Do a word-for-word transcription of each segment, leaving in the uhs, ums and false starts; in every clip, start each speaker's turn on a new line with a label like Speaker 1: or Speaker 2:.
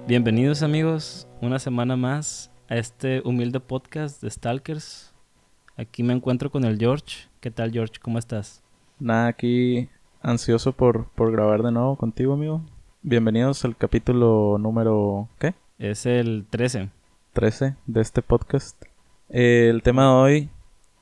Speaker 1: Bienvenidos amigos, una semana más a este humilde podcast de Stalkers. Aquí me encuentro con el George. ¿Qué tal, George? ¿Cómo estás?
Speaker 2: Nada, aquí ansioso por, por grabar de nuevo contigo, amigo. Bienvenidos al capítulo número, ¿qué?
Speaker 1: Es el trece.
Speaker 2: trece de este podcast. Eh, el tema de hoy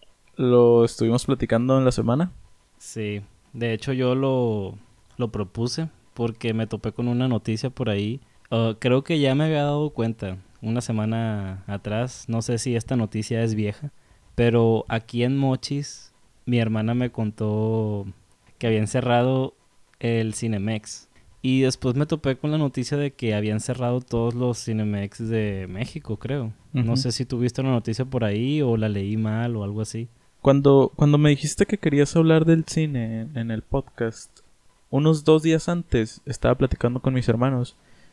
Speaker 2: lo estuvimos platicando en la semana.
Speaker 1: Sí, de hecho yo lo, lo propuse porque me topé con una noticia por ahí. Uh, creo que ya me había dado cuenta una semana atrás, no sé si esta noticia es vieja, pero aquí en Mochis mi hermana me contó que habían cerrado el Cinemex. Y después me topé con la noticia de que habían cerrado todos los Cinemex de México, creo. Uh-huh. No sé si tuviste una noticia por ahí o la leí mal o algo así.
Speaker 2: Cuando, cuando me dijiste que querías hablar del cine en, en el podcast, unos dos días antes estaba platicando con mis hermanos.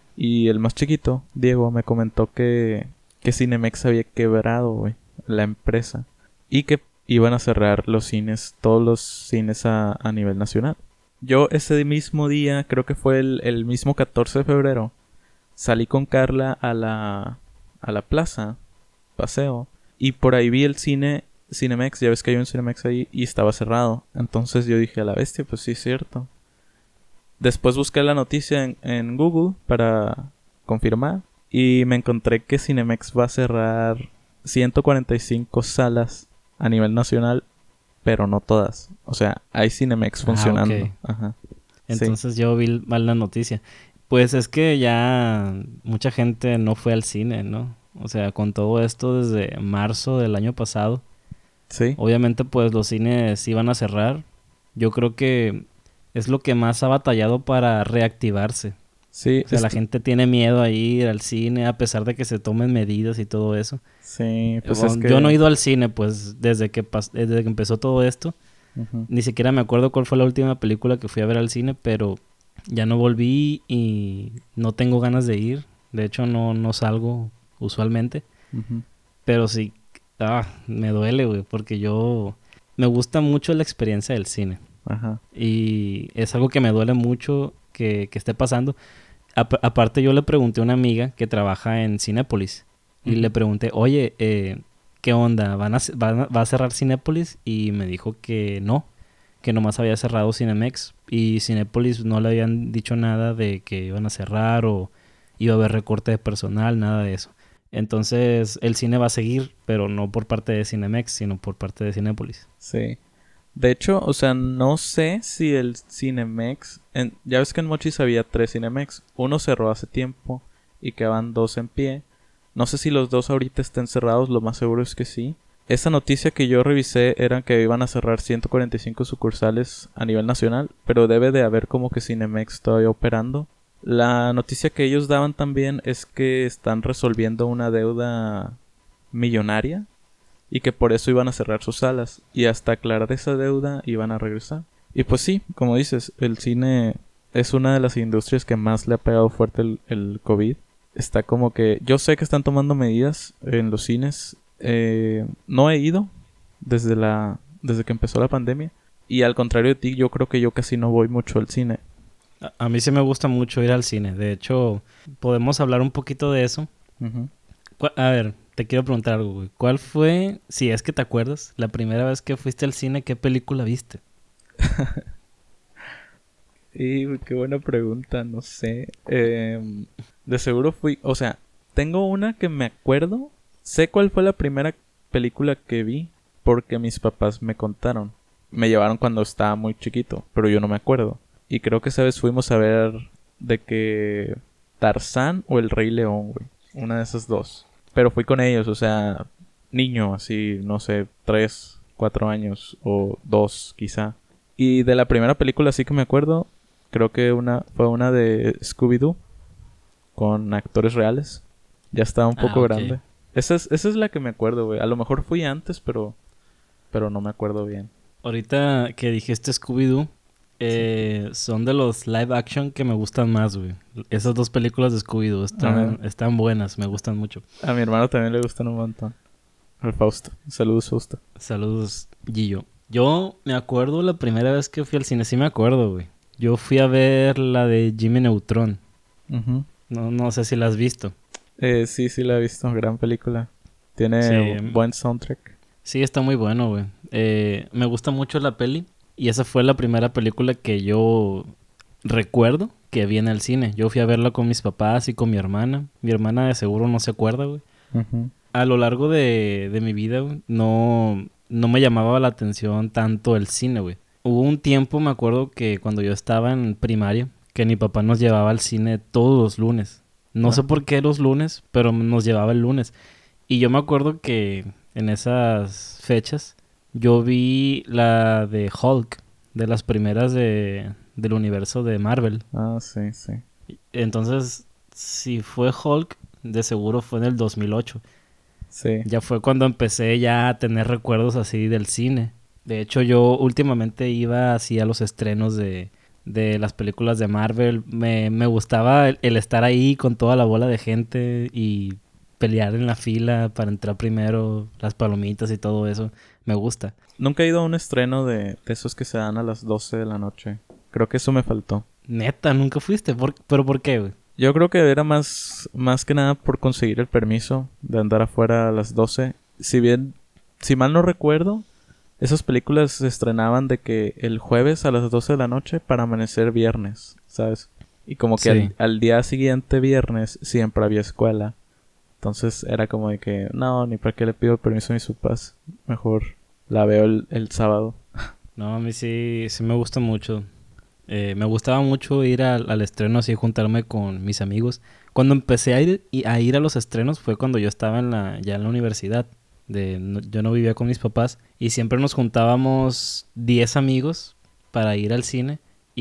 Speaker 2: Y el más chiquito, Diego, me comentó que, que Cinemex había quebrado, güey, la empresa. Y que iban a cerrar los cines, todos los cines a, a nivel nacional. Yo ese mismo día, creo que fue el, el mismo catorce de febrero, salí con Carla a la, a la plaza, paseo. Y por ahí vi el cine, Cinemex, ya ves que hay un Cinemex ahí, y estaba cerrado. Entonces yo dije, a la bestia, pues sí es cierto. Después busqué la noticia en, en Google para confirmar y me encontré que Cinemex va a cerrar ciento cuarenta y cinco salas a nivel nacional, pero no todas. O sea, hay Cinemex funcionando.
Speaker 1: Ah, okay.
Speaker 2: Ajá.
Speaker 1: Entonces
Speaker 2: Sí.
Speaker 1: yo vi mal la noticia. Pues es que ya mucha gente no fue al cine, ¿no? O sea, con todo esto desde marzo del año pasado.
Speaker 2: Sí.
Speaker 1: Obviamente pues los cines iban a cerrar. Yo creo que es lo que más ha batallado para reactivarse.
Speaker 2: Sí.
Speaker 1: O sea, la gente tiene miedo a ir al cine a pesar de que se tomen medidas y todo eso.
Speaker 2: Sí, pues
Speaker 1: bueno,
Speaker 2: es que...
Speaker 1: Yo no he ido al cine pues desde que, pas- desde que empezó todo esto. Uh-huh. Ni siquiera me acuerdo cuál fue la última película que fui a ver al cine, pero ya no volví y no tengo ganas de ir. De hecho, no, no salgo usualmente. Uh-huh. Pero sí, ah, me duele, güey, porque yo... Me gusta mucho la experiencia del cine.
Speaker 2: Ajá.
Speaker 1: Y es algo que me duele mucho que, que esté pasando. A- aparte, yo le pregunté a una amiga que trabaja en Cinépolis. Uh-huh. Y le pregunté, oye, eh, ¿qué onda? ¿Van a, van a, ¿Va a cerrar Cinépolis? Y me dijo que no, que nomás había cerrado Cinemex. Y Cinépolis no le habían dicho nada de que iban a cerrar o iba a haber recorte de personal, nada de eso. Entonces, el cine va a seguir, pero no por parte de Cinemex, sino por parte de Cinépolis.
Speaker 2: Sí. De hecho, o sea, no sé si el Cinemex... En, ya ves que en Mochis había tres Cinemex. Uno cerró hace tiempo y quedaban dos en pie. No sé si los dos ahorita estén cerrados, lo más seguro es que sí. Esa noticia que yo revisé era que iban a cerrar ciento cuarenta y cinco sucursales a nivel nacional, pero debe de haber como que Cinemex todavía operando. La noticia que ellos daban también es que están resolviendo una deuda millonaria y que por eso iban a cerrar sus salas y hasta aclarar esa deuda iban a regresar. Y pues sí, como dices, el cine es una de las industrias que más le ha pegado fuerte el, el COVID. Está como que... Yo sé que están tomando medidas en los cines. Eh, no he ido desde la desde que empezó la pandemia. Y al contrario de ti, yo creo que yo casi no voy mucho al cine.
Speaker 1: A, a mí sí me gusta mucho ir al cine. De hecho, podemos hablar un poquito de eso. Uh-huh. A ver, te quiero preguntar algo, güey. ¿Cuál fue, si es que te acuerdas, la primera vez que fuiste al cine, qué película viste?
Speaker 2: Y qué buena pregunta, no sé. Eh, de seguro fui... O sea, tengo una que me acuerdo. Sé cuál fue la primera película que vi porque mis papás me contaron. Me llevaron cuando estaba muy chiquito, pero yo no me acuerdo. Y creo que esa vez fuimos a ver de que Tarzán o El Rey León, güey. Una de esas dos. Pero fui con ellos, o sea, niño, así, no sé, tres, cuatro años o dos quizá. Y de la primera película sí que me acuerdo, creo que una fue una de Scooby-Doo con actores reales. Ya estaba un poco ah, okay. grande. Esa es, esa es la que me acuerdo, güey. A lo mejor fui antes, pero pero no me acuerdo bien.
Speaker 1: Ahorita que dijiste Scooby-Doo, eh, sí. Son de los live action que me gustan más, güey. Esas dos películas de Scooby-Doo están, están buenas, me gustan mucho.
Speaker 2: A mi hermano también le gustan un montón. Al Fausto. Saludos, Fausto.
Speaker 1: Saludos, Gillo. Yo me acuerdo la primera vez que fui al cine, sí me acuerdo, güey. Yo fui a ver la de Jimmy Neutron. Uh-huh. No, no sé si la has visto.
Speaker 2: Eh, sí, sí la he visto. Gran película. Tiene
Speaker 1: Sí,
Speaker 2: buen soundtrack.
Speaker 1: sí, está muy bueno, güey. Eh, me gusta mucho la peli. Y esa fue la primera película que yo recuerdo que vi en el cine. Yo fui a verla con mis papás y con mi hermana. Mi hermana de seguro no se acuerda, güey.
Speaker 2: Ujú.
Speaker 1: A lo largo de, de mi vida, güey, no, no me llamaba la atención tanto el cine, güey. Hubo un tiempo, me acuerdo que cuando yo estaba en primaria, que mi papá nos llevaba al cine todos los lunes. No sé
Speaker 2: Ajá.
Speaker 1: por qué los lunes, pero nos llevaba el lunes. Y yo me acuerdo que en esas fechas yo vi la de Hulk, de las primeras de, del universo de Marvel.
Speaker 2: Ah, sí, sí.
Speaker 1: Entonces, si fue Hulk, de seguro fue en el dos mil ocho.
Speaker 2: Sí.
Speaker 1: Ya fue cuando empecé ya a tener recuerdos así del cine. De hecho, yo últimamente iba así a los estrenos de, de las películas de Marvel. Me, me gustaba el, el estar ahí con toda la bola de gente y pelear en la fila para entrar primero, las palomitas y todo eso. Me gusta.
Speaker 2: Nunca he ido a un estreno de, de esos que se dan a las doce de la noche. Creo que eso me faltó.
Speaker 1: Neta, nunca fuiste. ¿Por- ¿Pero por qué, güey?
Speaker 2: Yo creo que era más, más que nada por conseguir el permiso de andar afuera a las doce. Si bien, si mal no recuerdo, esas películas se estrenaban de que el jueves a las doce de la noche para amanecer viernes, ¿sabes? Y como que
Speaker 1: Sí.
Speaker 2: al, al día siguiente viernes siempre había escuela. Entonces era como de que, no, ni para qué le pido permiso a mis papás. Mejor la veo el, el sábado.
Speaker 1: No, a mí sí, sí me gusta mucho. Eh, me gustaba mucho ir al, al estreno así, juntarme con mis amigos. Cuando empecé a ir, y- a ir a los estrenos fue cuando yo estaba en la, ya en la universidad. De, no- yo no vivía con mis papás y siempre nos juntábamos diez amigos para ir al cine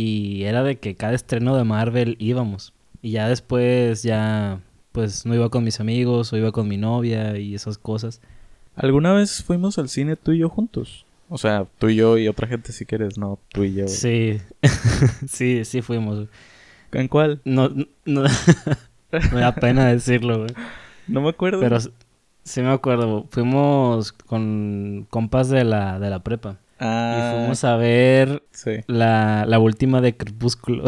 Speaker 1: y era de que cada estreno de Marvel íbamos. Y ya después ya pues no iba con mis amigos o iba con mi novia y esas cosas.
Speaker 2: ¿Alguna vez fuimos al cine tú y yo juntos? O sea, tú y yo y otra gente si quieres, no tú y yo.
Speaker 1: Sí, sí, sí fuimos.
Speaker 2: ¿En cuál?
Speaker 1: No, no, me da pena decirlo, güey.
Speaker 2: No me acuerdo.
Speaker 1: Pero s- sí me acuerdo. Fuimos con compas de la, de la prepa. Y
Speaker 2: Ah,
Speaker 1: fuimos a ver
Speaker 2: sí.
Speaker 1: la, la última de Crepúsculo.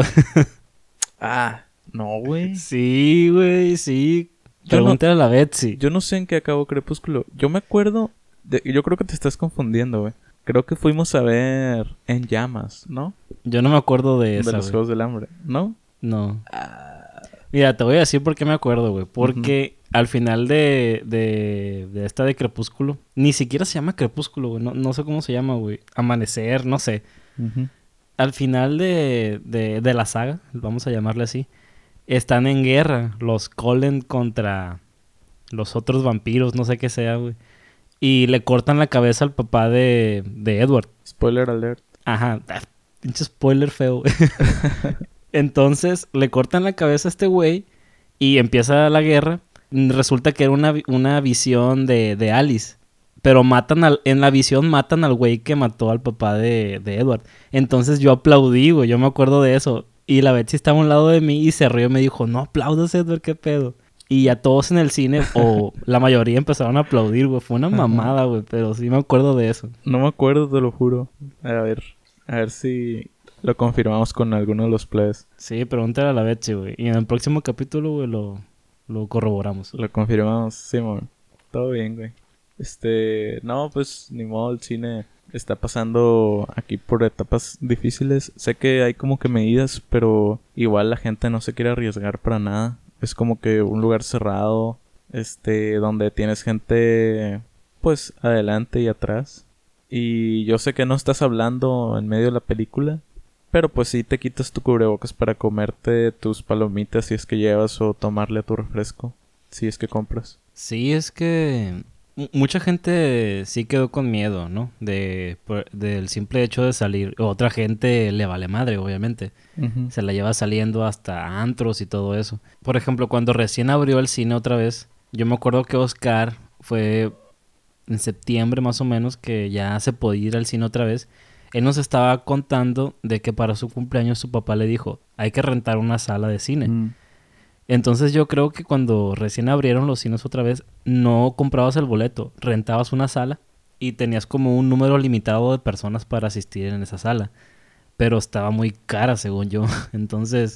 Speaker 2: Ah, no, güey.
Speaker 1: Sí, güey, sí.
Speaker 2: Yo no,
Speaker 1: Pregúntale a la Betsy.
Speaker 2: yo no sé en qué acabó Crepúsculo. Yo me acuerdo de, yo creo que te estás confundiendo, güey. Creo que fuimos a ver En Llamas, ¿no?
Speaker 1: Yo no me acuerdo de
Speaker 2: De
Speaker 1: esa,
Speaker 2: los
Speaker 1: güey.
Speaker 2: Juegos del Hambre, ¿no?
Speaker 1: No. Mira, te voy a decir por qué me acuerdo, güey. Porque al final de, de, de esta de Crepúsculo, ni siquiera se llama Crepúsculo, güey. No, no sé cómo se llama, güey. Amanecer, no sé.
Speaker 2: Ujú.
Speaker 1: Al final de, de, de la saga, vamos a llamarle así, están en guerra los Cullen contra los otros vampiros, no sé qué sea, güey. Y le cortan la cabeza al papá de, de Edward.
Speaker 2: Spoiler alert.
Speaker 1: Ajá, ah, pinche spoiler feo, güey. Entonces le cortan la cabeza a este güey y empieza la guerra. Resulta que era una, vi- una visión de, de Alice. Pero matan al, en la visión matan al güey que mató al papá de, de Edward. Entonces yo aplaudí, güey. Yo me acuerdo de eso. Y la Betsy estaba a un lado de mí y se rió y me dijo, no aplaudas, Edward, qué pedo. Y ya todos en el cine, o la mayoría empezaron a aplaudir, güey. Fue una
Speaker 2: Ajá.
Speaker 1: mamada, güey. Pero sí me acuerdo de eso.
Speaker 2: No me acuerdo, te lo juro. A ver, a ver si lo confirmamos con alguno de los plebes.
Speaker 1: Sí, pregúntale a la Betsy, güey. Y en el próximo capítulo, güey, lo, lo corroboramos.
Speaker 2: Lo confirmamos, Simón. Todo bien, güey. Este, no, pues ni modo, el cine está pasando aquí por etapas difíciles. Sé que hay como que medidas, pero igual la gente no se quiere arriesgar para nada. Es como que un lugar cerrado, este, donde tienes gente, pues, adelante y atrás. Y yo sé que no estás hablando en medio de la película, pero pues sí te quitas tu cubrebocas para comerte tus palomitas si es que llevas o tomarle a tu refresco si es que compras.
Speaker 1: Sí, es que mu- mucha gente sí quedó con miedo, ¿no? De, por- del simple hecho de salir. Otra gente le vale madre, obviamente.
Speaker 2: Ujú.
Speaker 1: Se la lleva saliendo hasta antros y todo eso. Por ejemplo, cuando recién abrió el cine otra vez, yo me acuerdo que Oscar fue en septiembre más o menos que ya se podía ir al cine otra vez. Él nos estaba contando de que para su cumpleaños su papá le dijo, hay que rentar una sala de cine.
Speaker 2: Mm.
Speaker 1: Entonces yo creo que cuando recién abrieron los cines otra vez, no comprabas el boleto, rentabas una sala y tenías como un número limitado de personas para asistir en esa sala. Pero estaba muy cara, según yo. Entonces,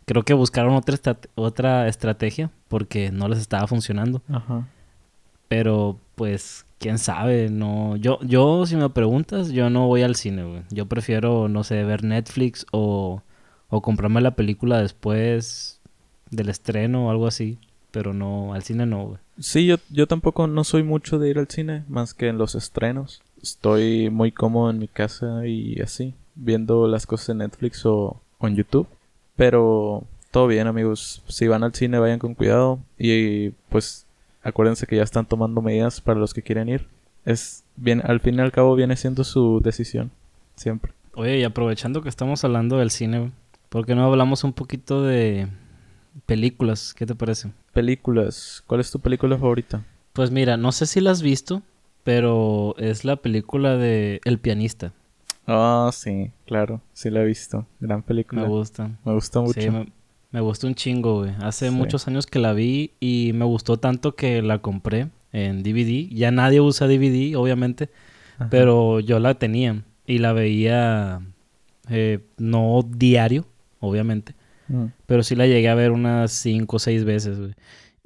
Speaker 1: creo que buscaron otra, estat- otra estrategia porque no les estaba funcionando.
Speaker 2: Ajá.
Speaker 1: Pero, pues, quién sabe, no... Yo, yo, si me preguntas, yo no voy al cine, güey. Yo prefiero, no sé, ver Netflix o, o comprarme la película después del estreno o algo así. Pero no, al cine no, güey.
Speaker 2: Sí, yo, yo tampoco no soy mucho de ir al cine, más que en los estrenos. Estoy muy cómodo en mi casa y así, viendo las cosas en Netflix o, o en YouTube. Pero todo bien, amigos. Si van al cine, vayan con cuidado. Y pues acuérdense que ya están tomando medidas para los que quieren ir. Es bien, al fin y al cabo viene siendo su decisión. Siempre.
Speaker 1: Oye, y aprovechando que estamos hablando del cine, güey, ¿por qué no hablamos un poquito de películas? ¿Qué te parece?
Speaker 2: Películas. ¿Cuál es tu película favorita?
Speaker 1: Pues mira, no sé si la has visto, pero es la película de El pianista.
Speaker 2: Ah, sí, claro. Sí la he visto. Gran película.
Speaker 1: Me gusta.
Speaker 2: Me gusta mucho.
Speaker 1: Sí, me, me gustó un chingo, güey. Hace
Speaker 2: Sí.
Speaker 1: muchos años que la vi y me gustó tanto que la compré en D V D. Ya nadie usa D V D, obviamente,
Speaker 2: Ajá.
Speaker 1: pero yo la tenía y la veía eh, no diario, obviamente,
Speaker 2: Mm.
Speaker 1: pero sí la llegué a ver unas cinco o seis veces, güey.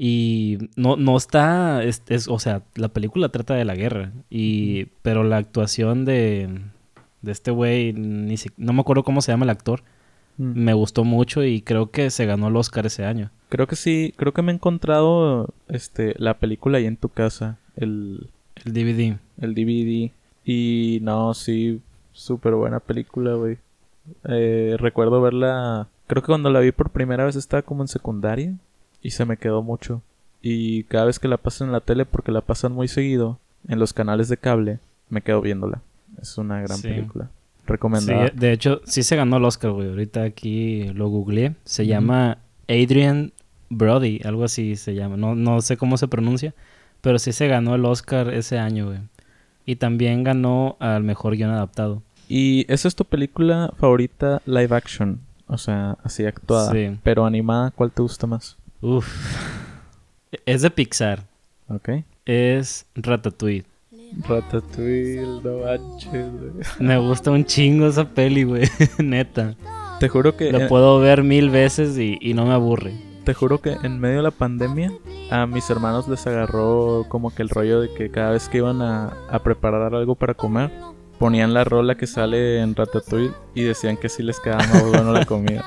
Speaker 1: Y no, no está, es, es- o sea, la película trata de la guerra, y, pero la actuación de, de este güey, ni si- no me acuerdo cómo se llama el actor,
Speaker 2: Mm.
Speaker 1: me gustó mucho y creo que se ganó el Oscar ese año.
Speaker 2: Creo que sí, creo que me he encontrado este la película ahí en tu casa, el,
Speaker 1: El D V D.
Speaker 2: el D V D. Y no, sí, súper buena película, güey. Eh, recuerdo verla, creo que cuando la vi por primera vez estaba como en secundaria y se me quedó mucho. Y cada vez que la pasan en la tele, porque la pasan muy seguido en los canales de cable, me quedo viéndola. Es una gran
Speaker 1: Sí.
Speaker 2: película.
Speaker 1: Sí,
Speaker 2: Recomendada.
Speaker 1: de hecho, sí se ganó el Oscar, güey. Ahorita aquí lo googleé. Se
Speaker 2: Ujú.
Speaker 1: llama Adrian Brody, algo así se llama. No, no sé cómo se pronuncia, pero sí se ganó el Oscar ese año, güey. Y también ganó al mejor guión adaptado.
Speaker 2: ¿Y esa es tu película favorita live action? O sea, así actuada.
Speaker 1: Sí.
Speaker 2: Pero animada, ¿cuál te gusta más?
Speaker 1: Uf. Es de Pixar.
Speaker 2: Ok.
Speaker 1: Es Ratatouille.
Speaker 2: Ratatouille, no manches, güey.
Speaker 1: Me gusta un chingo esa peli, güey. Neta.
Speaker 2: Te juro que
Speaker 1: Lo
Speaker 2: eh,
Speaker 1: puedo ver mil veces y, y no me aburre.
Speaker 2: te juro que en medio de la pandemia a mis hermanos les agarró como que el rollo de que cada vez que iban a, a preparar algo para comer, ponían la rola que sale en Ratatouille y decían que sí les quedaba más bueno la comida.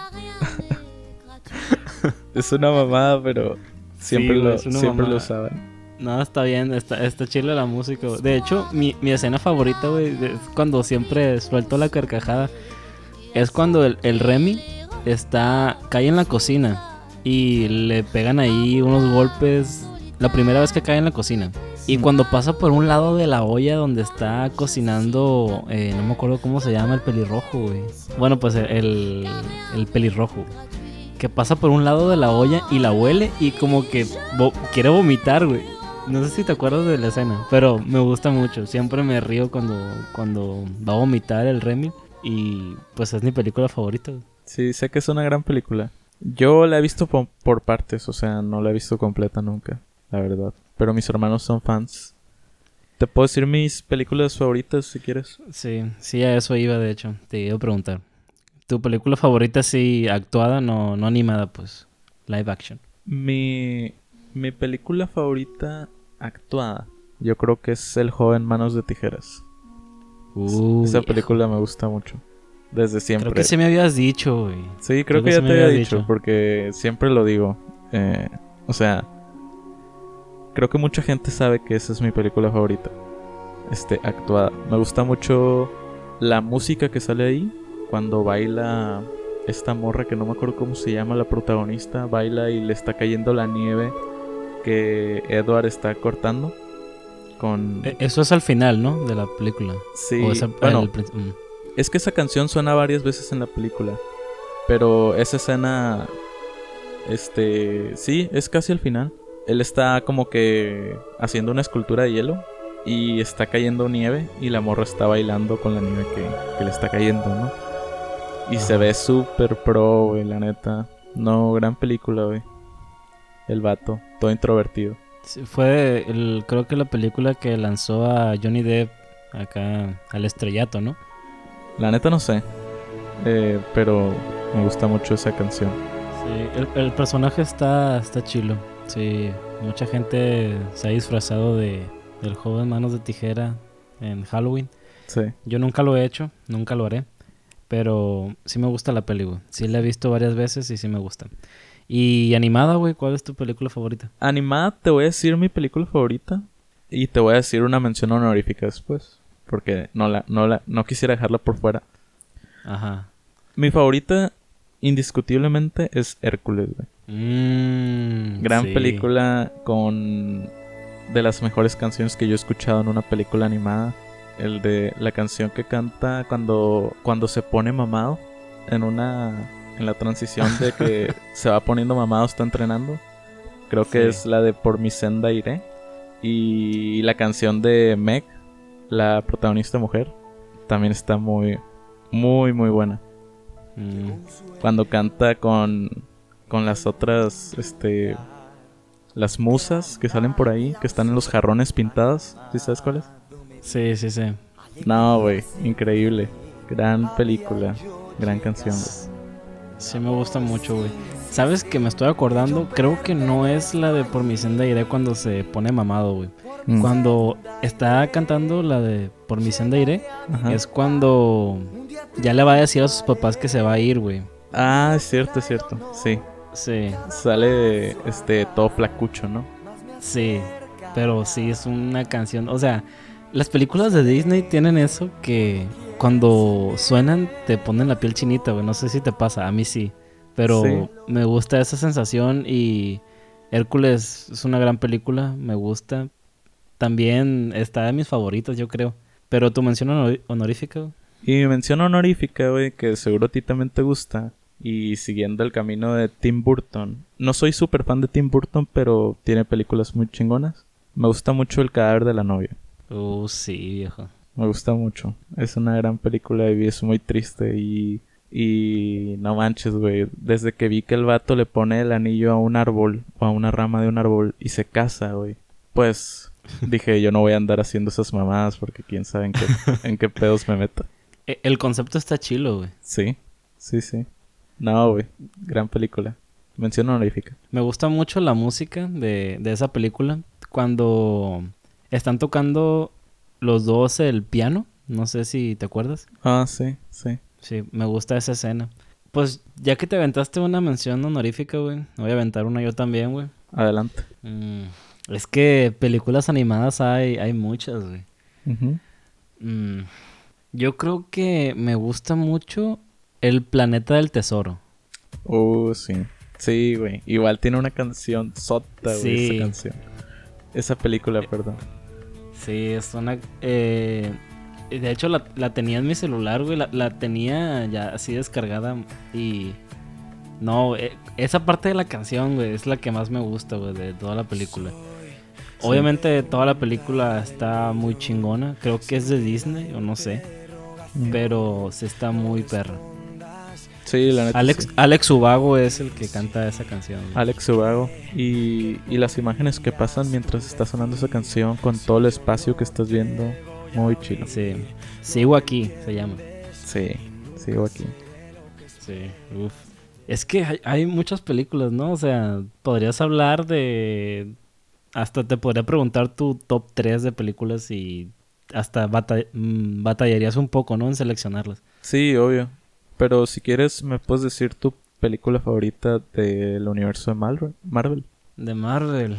Speaker 2: Es una mamada, pero siempre,
Speaker 1: Sí, güey,
Speaker 2: lo,
Speaker 1: es una
Speaker 2: siempre lo
Speaker 1: mamada.
Speaker 2: usaban.
Speaker 1: No, está bien, está, está chila la música. Güey. De hecho, mi, mi escena favorita, güey, de- es cuando siempre suelto la carcajada. Es cuando el, el Remy está, cae en la cocina y le pegan ahí unos golpes. La primera vez que cae en la cocina. Y
Speaker 2: Mm.
Speaker 1: cuando pasa por un lado de la olla donde está cocinando, eh, no me acuerdo cómo se llama el pelirrojo, güey. Bueno, pues el, el pelirrojo. Que pasa por un lado de la olla y la huele y como que vo- quiere vomitar, güey. No sé si te acuerdas de la escena, pero me gusta mucho. Siempre me río cuando, cuando va a vomitar el Remy. Y pues es mi película favorita, güey.
Speaker 2: Sí, sé que es una gran película. Yo la he visto po- por partes, o sea, no la he visto completa nunca, la verdad. Pero mis hermanos son fans. Te puedo decir mis películas favoritas si quieres.
Speaker 1: Sí, sí, a eso iba, de hecho. Te iba a preguntar. ¿Tu película favorita sí actuada, no, no animada, pues? Live action.
Speaker 2: Mi, mi película favorita actuada, yo creo que es El joven manos de tijeras.
Speaker 1: Uy,
Speaker 2: Esa película me gusta mucho. Desde siempre.
Speaker 1: creo que sí me habías dicho, güey.
Speaker 2: Sí, creo,
Speaker 1: creo
Speaker 2: que,
Speaker 1: que
Speaker 2: ya
Speaker 1: sí me
Speaker 2: te había
Speaker 1: habías
Speaker 2: dicho,
Speaker 1: dicho.
Speaker 2: porque siempre lo digo. Eh, o sea, creo que mucha gente sabe que esa es mi película favorita. Este, actuada. Me gusta mucho la música que sale ahí. Cuando baila esta morra que no me acuerdo cómo se llama, la protagonista, baila y le está cayendo la nieve que Edward está cortando. Con...
Speaker 1: E- Eso es al final, ¿no? De la película.
Speaker 2: Sí,
Speaker 1: O es al-
Speaker 2: bueno,
Speaker 1: al princi- mm.
Speaker 2: es que esa canción suena varias veces en la película. Pero esa escena, este, sí, es casi al final. Él está como que haciendo una escultura de hielo y está cayendo nieve y la morra está bailando con la nieve que, que le está cayendo, ¿no? Y se
Speaker 1: Ajá.
Speaker 2: ve súper pro, güey, la neta. No, gran película, güey. El vato, todo introvertido.
Speaker 1: Sí, fue, el, creo que la película que lanzó a Johnny Depp acá al estrellato, ¿no?
Speaker 2: La neta no sé, eh, pero me gusta mucho esa canción.
Speaker 1: Sí, el, el personaje está, está chilo. Sí, mucha gente se ha disfrazado de del joven Manos de Tijera en Halloween.
Speaker 2: Sí.
Speaker 1: Yo nunca lo he hecho, nunca lo haré. Pero sí me gusta la peli, güey. Sí la he visto varias veces y sí me gusta. Y animada, güey, ¿cuál es tu película favorita?
Speaker 2: Animada, te voy a decir mi película favorita. Y te voy a decir una mención honorífica después. Porque no la, no la, no quisiera dejarla por fuera.
Speaker 1: Ajá.
Speaker 2: Mi favorita, indiscutiblemente, es Hércules, güey.
Speaker 1: Mm,
Speaker 2: Gran
Speaker 1: sí.
Speaker 2: película con de las mejores canciones que yo he escuchado en una película animada. El de la canción que canta cuando, cuando se pone mamado. En una. En la transición de que se va poniendo mamado, está entrenando. Creo que
Speaker 1: Sí.
Speaker 2: es la de Por mi senda iré. Y la canción de Meg, la protagonista mujer, también está muy, muy, muy buena.
Speaker 1: Mm,
Speaker 2: Cuando canta con, con las otras, este, las musas que salen por ahí, que están en los jarrones pintadas. ¿Sí sabes cuáles?
Speaker 1: sí, sí, sí.
Speaker 2: No, güey, increíble. Gran película, gran canción, güey.
Speaker 1: Sí me gusta mucho, güey. ¿Sabes que me estoy acordando? Creo que no es la de Por mi senda iré cuando se pone mamado, güey.
Speaker 2: Mm.
Speaker 1: Cuando está cantando la de Por mi senda iré,
Speaker 2: Ajá.
Speaker 1: es cuando ya le va a decir a sus papás que se va a ir, güey.
Speaker 2: Ah, es cierto, es cierto. Sí.
Speaker 1: Sí,
Speaker 2: Sale este todo flacucho, ¿no?
Speaker 1: sí. Pero sí, es una canción. O sea, las películas de Disney tienen eso que cuando suenan te ponen la piel chinita, güey. No sé si te pasa, a mí sí. Pero
Speaker 2: Sí.
Speaker 1: me gusta esa sensación y Hércules es una gran película, me gusta. También está de mis favoritas, yo creo. Pero tu mención honor- honorífica, güey.
Speaker 2: Y mi mención honorífica, güey, que seguro a ti también te gusta. Y siguiendo el camino de Tim Burton. No soy súper fan de Tim Burton, pero tiene películas muy chingonas. Me gusta mucho El cadáver de la novia.
Speaker 1: Uh, sí, viejo.
Speaker 2: Me gusta mucho. Es una gran película y es muy triste y... Y no manches, güey. Desde que vi que el vato le pone el anillo a un árbol o a una rama de un árbol y se casa, güey. Pues dije, yo no voy a andar haciendo esas mamadas porque quién sabe en qué, en qué pedos me meta.
Speaker 1: E- El concepto está chilo, güey.
Speaker 2: Sí, sí, sí. No, güey. Gran película. Mención honorífica.
Speaker 1: Me gusta mucho la música de, de esa película. Cuando están tocando los dos el piano. No sé si te acuerdas.
Speaker 2: Ah, sí, sí.
Speaker 1: Sí, me gusta esa escena. Pues ya que te aventaste una mención honorífica, güey. Voy a aventar una yo también, güey.
Speaker 2: Adelante.
Speaker 1: Mm, es que películas animadas hay, hay muchas, güey.
Speaker 2: Ujú.
Speaker 1: Mm, yo creo que me gusta mucho El Planeta del Tesoro.
Speaker 2: Uh, sí. Sí, güey. Igual tiene una canción sota, güey,
Speaker 1: Sí.
Speaker 2: esa canción. Esa película, perdón.
Speaker 1: Sí, es una... Eh, de hecho, la, la tenía en mi celular, güey. La, la tenía ya así descargada y... No, eh, esa parte de la canción, güey, es la que más me gusta, güey, de toda la película.
Speaker 2: Sí.
Speaker 1: Obviamente toda la película está muy chingona. Creo que es de Disney, o no sé.
Speaker 2: Mm.
Speaker 1: Pero sí está muy perra.
Speaker 2: Sí, la neta.
Speaker 1: Alex,
Speaker 2: sí.
Speaker 1: Alex Ubago es el que canta esa canción, güey.
Speaker 2: Alex Ubago. Y, y las imágenes que pasan mientras está sonando esa canción con todo el espacio que estás viendo. Muy chido.
Speaker 1: Sí. Sigo aquí, se llama.
Speaker 2: Sí, sigo aquí.
Speaker 1: Sí, uff. Es que hay, hay muchas películas, ¿no? O sea, podrías hablar de... Hasta te podría preguntar tu top tres de películas y hasta bata- mm, batallarías un poco, ¿no? En seleccionarlas.
Speaker 2: Sí, obvio. Pero si quieres, me puedes decir tu película favorita del universo de Marvel. Marvel.
Speaker 1: De Marvel.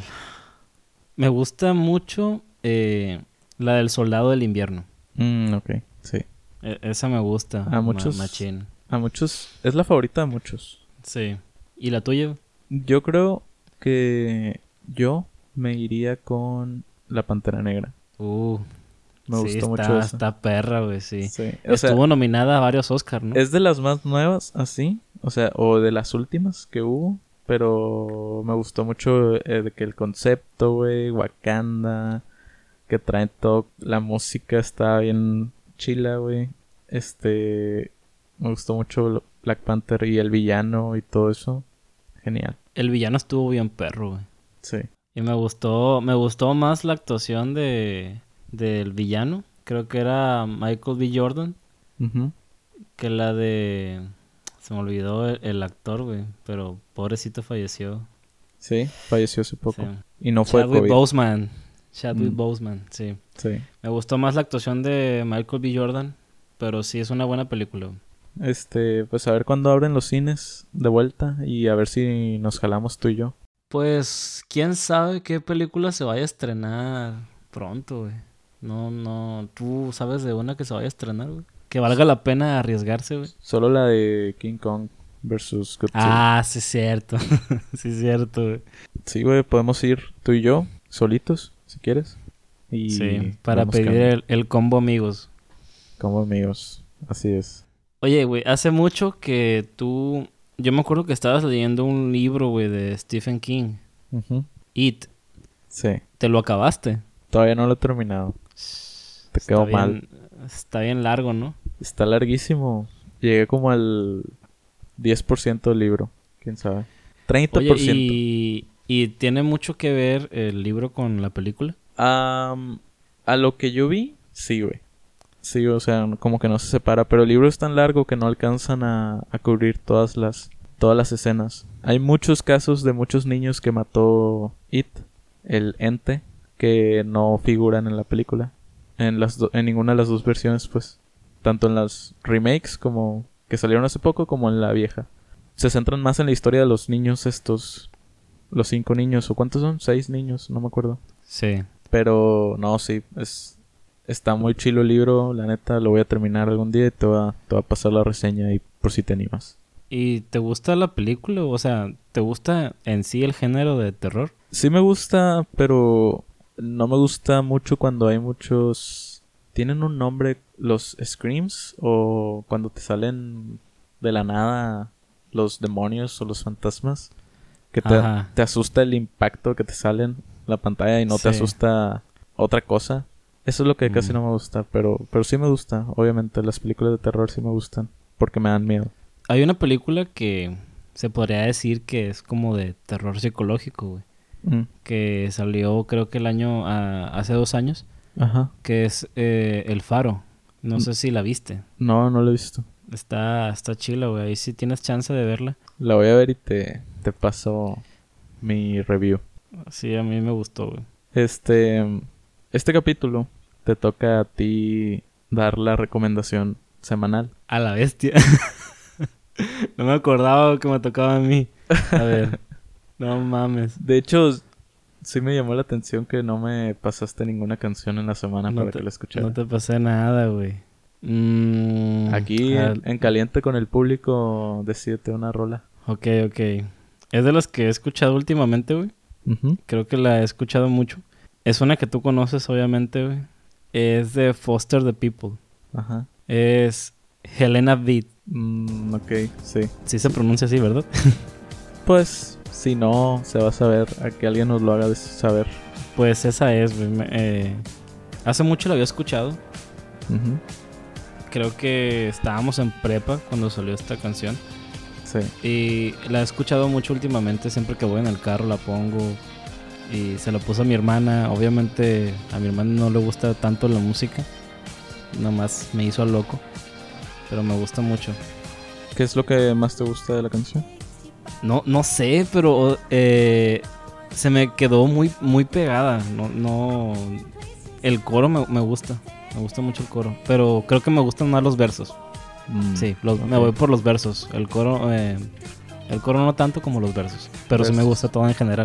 Speaker 1: Me gusta mucho eh, la del Soldado del Invierno.
Speaker 2: Mm, ok, sí.
Speaker 1: E- esa me gusta.
Speaker 2: A
Speaker 1: ma-
Speaker 2: muchos-
Speaker 1: machín.
Speaker 2: A muchos, es la favorita de muchos.
Speaker 1: Sí. ¿Y la tuya?
Speaker 2: Yo creo que yo me iría con La Pantera Negra.
Speaker 1: Uh,
Speaker 2: Me
Speaker 1: sí,
Speaker 2: gustó
Speaker 1: está,
Speaker 2: mucho esa.
Speaker 1: está perra, güey, sí.
Speaker 2: Sí. O sea,
Speaker 1: Estuvo nominada a varios Oscars, ¿no?
Speaker 2: es de las más nuevas, así. O sea, o de las últimas que hubo. Pero me gustó mucho eh, de que el concepto, güey, Wakanda, que traen todo, la música está bien chila, güey. Este, me gustó mucho lo- Black Panther y el villano y todo eso. Genial.
Speaker 1: El villano estuvo bien perro, güey.
Speaker 2: Sí.
Speaker 1: Y me gustó, me gustó más la actuación de del villano. Creo que era Michael B. Jordan.
Speaker 2: Ujú.
Speaker 1: Que la de... Se me olvidó el, el actor, güey. Pero pobrecito falleció.
Speaker 2: Sí, falleció hace poco.
Speaker 1: Sí.
Speaker 2: Y no fue
Speaker 1: Chadwick
Speaker 2: COVID.
Speaker 1: Boseman. Chadwick
Speaker 2: Mm.
Speaker 1: Boseman, sí.
Speaker 2: Sí.
Speaker 1: Me gustó más la actuación de Michael B. Jordan. Pero sí es una buena película.
Speaker 2: Este, pues a ver cuándo abren los cines de vuelta y a ver si nos jalamos tú y yo.
Speaker 1: Pues, quién sabe qué película se vaya a estrenar pronto, güey. No, no. ¿Tú sabes de una que se vaya a estrenar, güey? Que valga la pena arriesgarse, güey.
Speaker 2: Solo la de King Kong versus Godzilla.
Speaker 1: Ah, sí es cierto. Sí es cierto, güey.
Speaker 2: Sí, güey, podemos ir tú y yo, solitos, si quieres. Y
Speaker 1: Sí, para
Speaker 2: vamos
Speaker 1: pedir
Speaker 2: cambio.
Speaker 1: el, el combo amigos.
Speaker 2: Como amigos, así es.
Speaker 1: Oye, güey, hace mucho que tú... Yo me acuerdo que estabas leyendo un libro, güey, de Stephen King.
Speaker 2: Ujú.
Speaker 1: It.
Speaker 2: Sí,
Speaker 1: ¿Te lo acabaste?
Speaker 2: todavía no lo he terminado. Te
Speaker 1: Está
Speaker 2: quedó
Speaker 1: bien-
Speaker 2: mal.
Speaker 1: Está bien largo, ¿no?
Speaker 2: Está larguísimo. Llegué como al diez por ciento del libro. ¿Quién sabe? treinta por ciento.
Speaker 1: Oye, y, y tiene mucho que ver el libro con la película.
Speaker 2: Am, a lo que yo vi, sí, güey. Sí, o sea, como que no se separa. Pero el libro es tan largo que no alcanzan a, a cubrir todas las, todas las escenas. Hay muchos casos de muchos niños que mató It, el ente, que no figuran en la película. En, las do- en ninguna de las dos versiones, pues. Tanto en las remakes como que salieron hace poco, como en la vieja. Se centran más en la historia de los niños estos. Los cinco niños, ¿o cuántos son? Seis niños, no me acuerdo.
Speaker 1: Sí.
Speaker 2: Pero no, sí, es está muy chilo el libro, la neta, lo voy a terminar algún día y te va, te va a pasar la reseña y por si te animas.
Speaker 1: ¿Y te gusta la película? O sea, ¿te gusta en sí el género de terror?
Speaker 2: Sí me gusta, pero no me gusta mucho cuando hay muchos... ¿Tienen un nombre los screams? O cuando te salen de la nada los demonios o los fantasmas. Que te,
Speaker 1: Ajá.
Speaker 2: te asusta el impacto que te sale en la pantalla y no te
Speaker 1: Sí.
Speaker 2: asusta otra cosa. Eso es lo que casi
Speaker 1: Mm.
Speaker 2: no me gusta, pero, pero sí me gusta. Obviamente las películas de terror sí me gustan porque me dan miedo.
Speaker 1: Hay una película que se podría decir que es como de terror psicológico, güey.
Speaker 2: Mm.
Speaker 1: Que salió creo que el año... ah, hace dos años.
Speaker 2: Ajá.
Speaker 1: Que es eh, El Faro. No
Speaker 2: Mm.
Speaker 1: sé si la viste.
Speaker 2: No, no lo he visto.
Speaker 1: Está, está chila, güey. Ahí sí tienes chance de verla.
Speaker 2: La voy a ver y te, te paso mi review.
Speaker 1: Sí, a mí me gustó, güey.
Speaker 2: Este, este capítulo te toca a ti dar la recomendación semanal.
Speaker 1: A la bestia. No me acordaba que me tocaba a mí. A ver. No mames.
Speaker 2: De hecho, sí me llamó la atención que no me pasaste ninguna canción en la semana
Speaker 1: No
Speaker 2: para
Speaker 1: te,
Speaker 2: que la escuchara.
Speaker 1: no te pasé nada, güey. Mm,
Speaker 2: Aquí
Speaker 1: ah,
Speaker 2: en, en caliente con el público, decídete una rola.
Speaker 1: Ok, ok. Es de las que he escuchado últimamente, güey.
Speaker 2: Ujú.
Speaker 1: Creo que la he escuchado mucho. Es una que tú conoces, obviamente, güey. Es de Foster the People.
Speaker 2: Ajá.
Speaker 1: Es Helena Beat.
Speaker 2: Mm, ok, sí.
Speaker 1: Sí se pronuncia así, ¿verdad?
Speaker 2: Pues, si no, se va a saber. A que alguien nos lo haga de- saber.
Speaker 1: Pues esa es, güey. Me- eh, hace mucho la había escuchado.
Speaker 2: Ujú.
Speaker 1: Creo que estábamos en prepa cuando salió esta canción.
Speaker 2: Sí.
Speaker 1: Y la he escuchado mucho últimamente. Siempre que voy en el carro la pongo. Y se la puse a mi hermana. Obviamente a mi hermana no le gusta tanto la música. Nomás me hizo al loco. Pero me gusta mucho.
Speaker 2: ¿Qué es lo que más te gusta de la canción?
Speaker 1: No, no sé, pero eh, se me quedó muy, muy pegada. No, no. El coro me, me gusta. Me gusta mucho el coro. Pero creo que me gustan más los versos.
Speaker 2: Mm,
Speaker 1: Sí, los- me
Speaker 2: ok.
Speaker 1: voy por los versos. El coro, eh, el coro no tanto como los versos. Pero sí me
Speaker 2: Versos.
Speaker 1: gusta todo en general.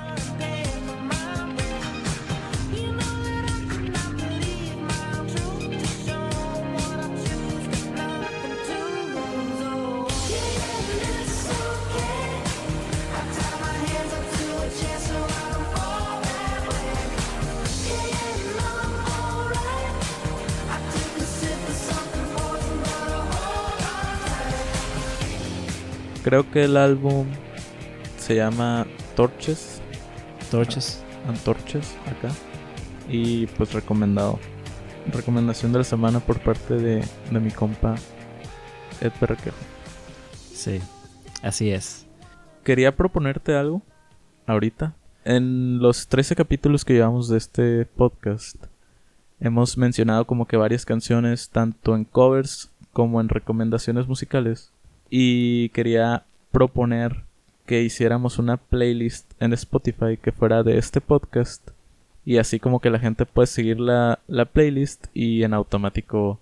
Speaker 2: Creo que el álbum se llama Torches.
Speaker 1: Torches.
Speaker 2: Antorches acá. Y pues recomendado. Recomendación de la semana por parte de, de mi compa Ed Perrequejo.
Speaker 1: Sí, así es.
Speaker 2: Quería proponerte algo ahorita. En los trece capítulos que llevamos de este podcast, hemos mencionado como que varias canciones, tanto en covers como en recomendaciones musicales, Y quería proponer que hiciéramos una playlist en Spotify que fuera de este podcast. Y así como que la gente puede seguir la, la playlist y en automático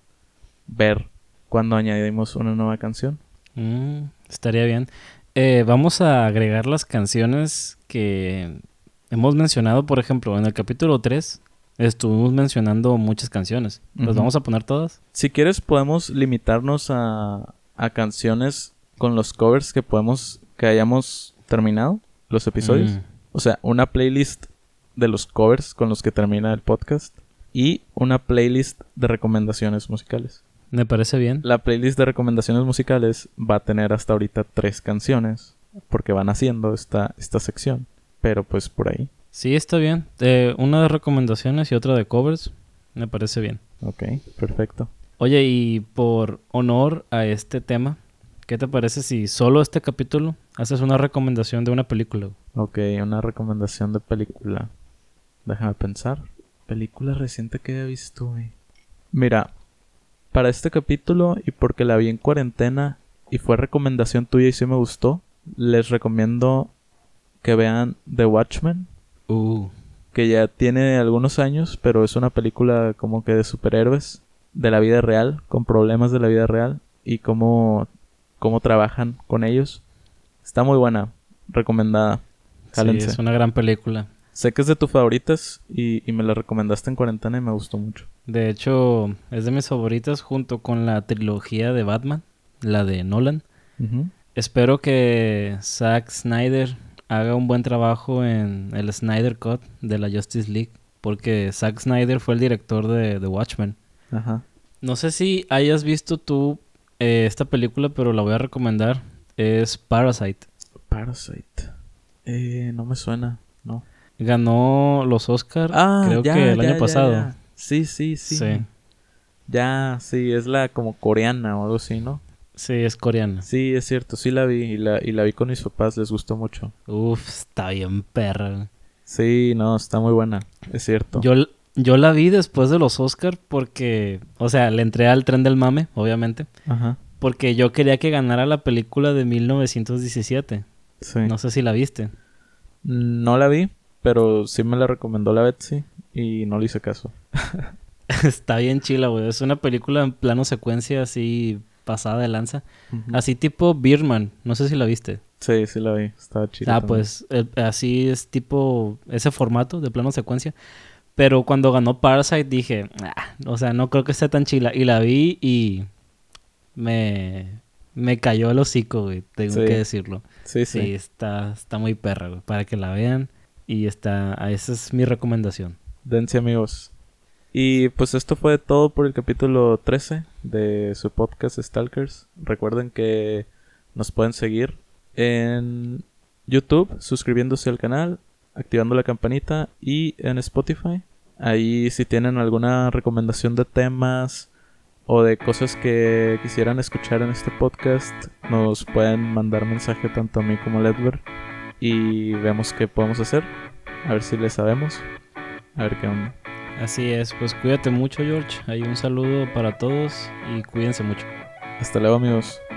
Speaker 2: ver cuando añadimos una nueva canción.
Speaker 1: Mm, estaría bien. Eh, vamos a agregar las canciones que hemos mencionado, por ejemplo, en el capítulo tres estuvimos mencionando muchas canciones. ¿Las
Speaker 2: Ujú.
Speaker 1: vamos a poner todas?
Speaker 2: Si quieres podemos limitarnos a, a canciones con los covers que podemos que hayamos terminado los episodios.
Speaker 1: Mm,
Speaker 2: O sea, una playlist de los covers con los que termina el podcast y una playlist de recomendaciones musicales.
Speaker 1: me parece bien.
Speaker 2: La playlist de recomendaciones musicales va a tener hasta ahorita tres canciones porque van haciendo esta, esta sección. Pero pues por ahí.
Speaker 1: Sí, está bien. Eh, una de recomendaciones y otra de covers. Me parece bien.
Speaker 2: Ok, perfecto.
Speaker 1: Oye, y por honor a este tema, ¿qué te parece si solo este capítulo haces una recomendación de una película?
Speaker 2: Ok, una recomendación de película. Déjame pensar. Película reciente que haya visto, güey. Mira, para este capítulo y porque la vi en cuarentena y fue recomendación tuya y sí me gustó, les recomiendo que vean The Watchmen,
Speaker 1: Uh,
Speaker 2: que ya tiene algunos años, pero es una película como que de superhéroes de la vida real, con problemas de la vida real y cómo, cómo trabajan con ellos. Está muy buena, recomendada.
Speaker 1: sí,
Speaker 2: Jálense.
Speaker 1: es una gran película.
Speaker 2: Sé que es de tus favoritas y, y me la recomendaste en cuarentena y me gustó mucho.
Speaker 1: De hecho, es de mis favoritas junto con la trilogía de Batman, la de Nolan.
Speaker 2: Uh-huh.
Speaker 1: Espero que Zack Snyder haga un buen trabajo en el Snyder Cut de la Justice League, porque Zack Snyder fue el director de The Watchmen.
Speaker 2: Ajá.
Speaker 1: No sé si hayas visto tú eh, esta película, pero la voy a recomendar. Es Parasite.
Speaker 2: Parasite. Eh, no me suena, no.
Speaker 1: Ganó los Oscar,
Speaker 2: Ah,
Speaker 1: creo
Speaker 2: ya,
Speaker 1: que el
Speaker 2: ya,
Speaker 1: año
Speaker 2: ya,
Speaker 1: pasado.
Speaker 2: ya. Sí, sí, sí,
Speaker 1: Sí.
Speaker 2: Ya, sí, es la como coreana o algo así, ¿no?
Speaker 1: Sí, es coreana.
Speaker 2: Sí, es cierto, sí la vi y la, y la vi con mis papás, les gustó mucho.
Speaker 1: Uf, está bien perra.
Speaker 2: Sí, no, está muy buena, es cierto.
Speaker 1: Yo, yo la vi después de los Oscar porque, o sea, le entré al tren del mame, obviamente,
Speaker 2: Ajá,
Speaker 1: porque yo quería que ganara la película de mil novecientos diecisiete.
Speaker 2: sí.
Speaker 1: No sé si la viste.
Speaker 2: No la vi, pero sí me la recomendó la Betsy y no le hice caso.
Speaker 1: Está bien chila, güey. Es una película en plano secuencia así pasada de lanza.
Speaker 2: Ujú.
Speaker 1: Así tipo Birdman. No sé si la viste.
Speaker 2: Sí, sí la vi, estaba chida.
Speaker 1: Ah,
Speaker 2: también.
Speaker 1: pues eh, así es tipo ese formato de plano secuencia. Pero cuando ganó Parasite dije, "Ah, o sea, no creo que esté tan chila". Y la vi y me, me cayó el hocico, güey. Tengo
Speaker 2: Sí.
Speaker 1: que decirlo.
Speaker 2: Sí,
Speaker 1: Sí,
Speaker 2: sí.
Speaker 1: está, está muy perra, güey. Para que la vean. Y está, ah, esa es mi recomendación.
Speaker 2: Dense, amigos. Y pues esto fue todo por el capítulo trece de su podcast Stalkers. Recuerden que nos pueden seguir en YouTube, suscribiéndose al canal, activando la campanita y en Spotify. Ahí si tienen alguna recomendación de temas o de cosas que quisieran escuchar en este podcast, nos pueden mandar mensaje tanto a mí como a Ledver y vemos qué podemos hacer. A ver si le sabemos. A ver qué onda.
Speaker 1: Así es, pues cuídate mucho, George. Hay un saludo para todos y cuídense mucho.
Speaker 2: Hasta luego, amigos.